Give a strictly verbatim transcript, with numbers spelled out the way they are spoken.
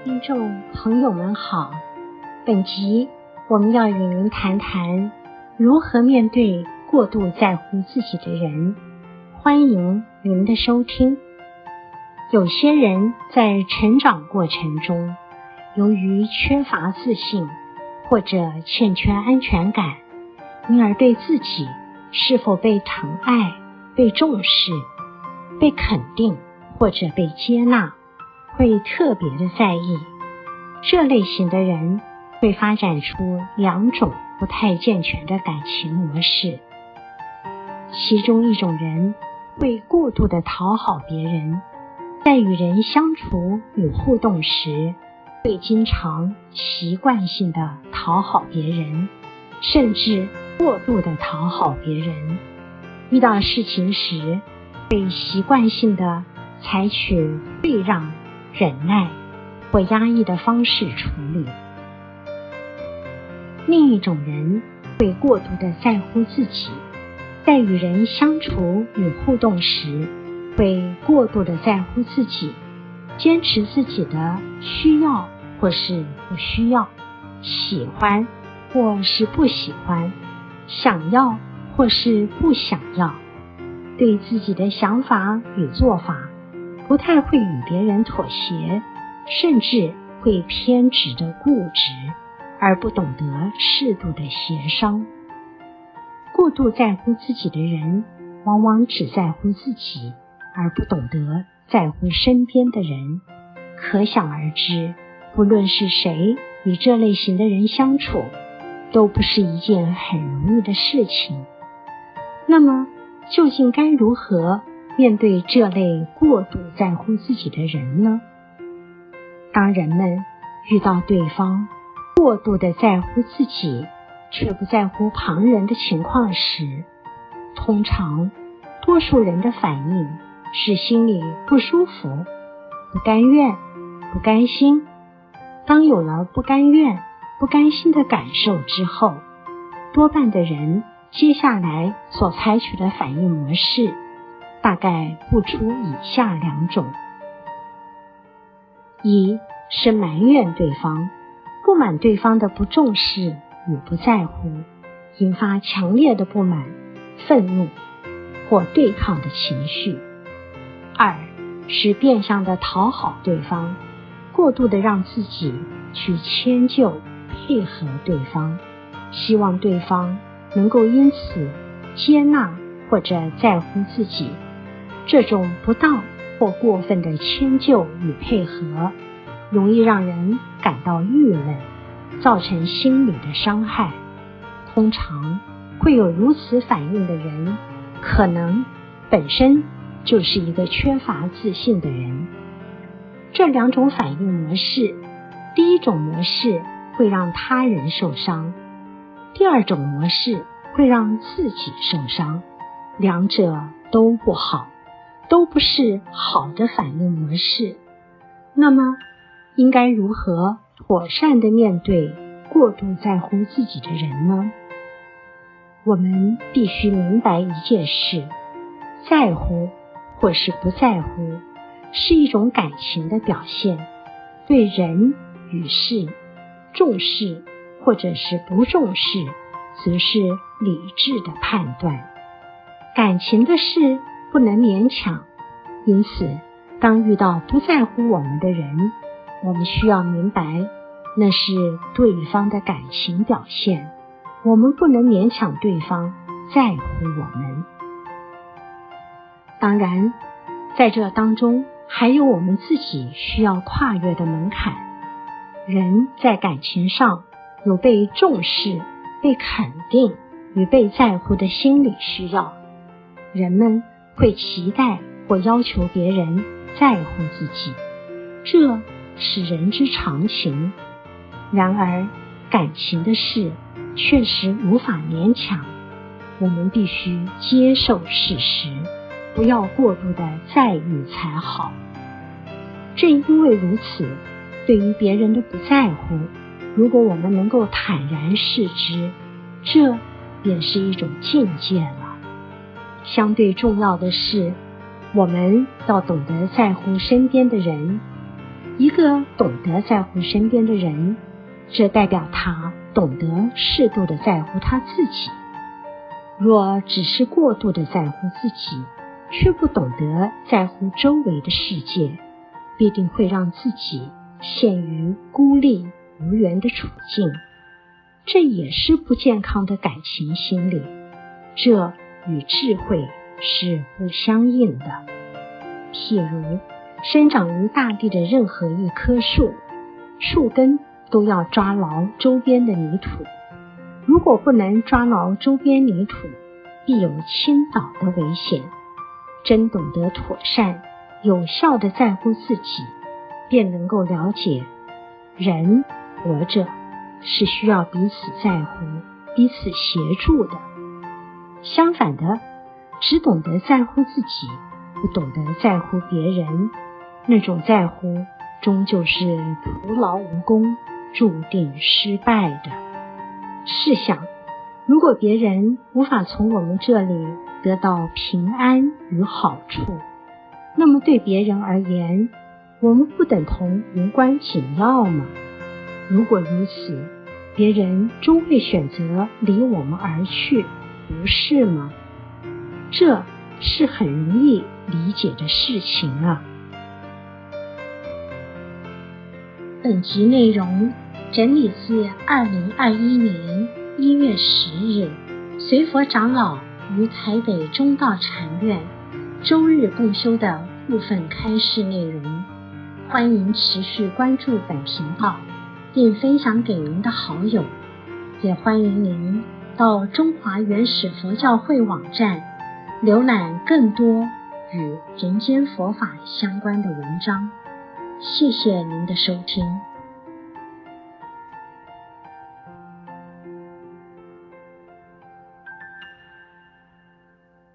听众朋友们好，本集我们要与您谈谈如何面对过度在乎自己的人。欢迎您的收听。有些人在成长过程中，由于缺乏自信或者欠缺安全感，因而对自己是否被疼爱、被重视、被肯定或者被接纳会特别的在意。这类型的人会发展出两种不太健全的感情模式。其中一种人会过度的讨好别人，在与人相处与互动时，会经常习惯性的讨好别人，甚至过度的讨好别人。遇到事情时，会习惯性的采取退让、忍耐或压抑的方式处理。另一种人会过度的在乎自己，在与人相处与互动时，会过度的在乎自己，坚持自己的需要或是不需要，喜欢或是不喜欢，想要或是不想要，对自己的想法与做法不太会与别人妥协，甚至会偏执的固执，而不懂得适度的协商。过度在乎自己的人，往往只在乎自己，而不懂得在乎身边的人。可想而知，不论是谁与这类型的人相处，都不是一件很容易的事情。那么，究竟该如何面对这类过度在乎自己的人呢？当人们遇到对方过度的在乎自己，却不在乎旁人的情况时，通常多数人的反应是心里不舒服、不甘愿、不甘心。当有了不甘愿、不甘心的感受之后，多半的人接下来所采取的反应模式大概不出以下两种。一是埋怨对方，不满对方的不重视与不在乎，引发强烈的不满、愤怒或对抗的情绪。二是变相的讨好对方，过度的让自己去迁就、配合对方，希望对方能够因此接纳或者在乎自己。这种不当或过分的迁就与配合，容易让人感到郁闷，造成心理的伤害。通常会有如此反应的人，可能本身就是一个缺乏自信的人。这两种反应模式，第一种模式会让他人受伤，第二种模式会让自己受伤，两者都不好，都不是好的反应模式。那么，应该如何妥善地面对过度在乎自己的人呢？我们必须明白一件事，在乎或是不在乎是一种感情的表现，对人与事重视或者是不重视，则是理智的判断。感情的事不能勉强，因此当遇到不在乎我们的人，我们需要明白，那是对方的感情表现，我们不能勉强对方在乎我们。当然，在这当中还有我们自己需要跨越的门槛。人在感情上有被重视、被肯定与被在乎的心理需要，人们会期待或要求别人在乎自己，这是人之常情。然而，感情的事确实无法勉强，我们必须接受事实，不要过度的在意才好。正因为如此，对于别人的不在乎，如果我们能够坦然视之，这便是一种境界了。相对重要的是，我们要懂得在乎身边的人， 一个懂得在乎身边的人，这代表他懂得适度的在乎他自己。若只是过度的在乎自己，却不懂得在乎周围的世界，必定会让自己陷于孤立无援的处境。这也是不健康的感情心理，这与智慧是不相应的。譬如生长于大地的任何一棵树，树根都要抓牢周边的泥土，如果不能抓牢周边泥土，必有倾倒的危险。真懂得妥善有效地在乎自己，便能够了解人活着是需要彼此在乎、彼此协助的。相反的，只懂得在乎自己，不懂得在乎别人，那种在乎终究是徒劳无功，注定失败的。试想，如果别人无法从我们这里得到平安与好处，那么对别人而言，我们不等同无关紧要吗？如果如此，别人终会选择离我们而去，不是吗？这是很容易理解的事情啊。本集内容整理自二零二一年一月十日随佛长老于台北中道禅院周日共修的部分开示内容，欢迎持续关注本频道，并分享给您的好友，也欢迎您到中华原始佛教会网站浏览更多与人间佛法相关的文章。谢谢您的收听。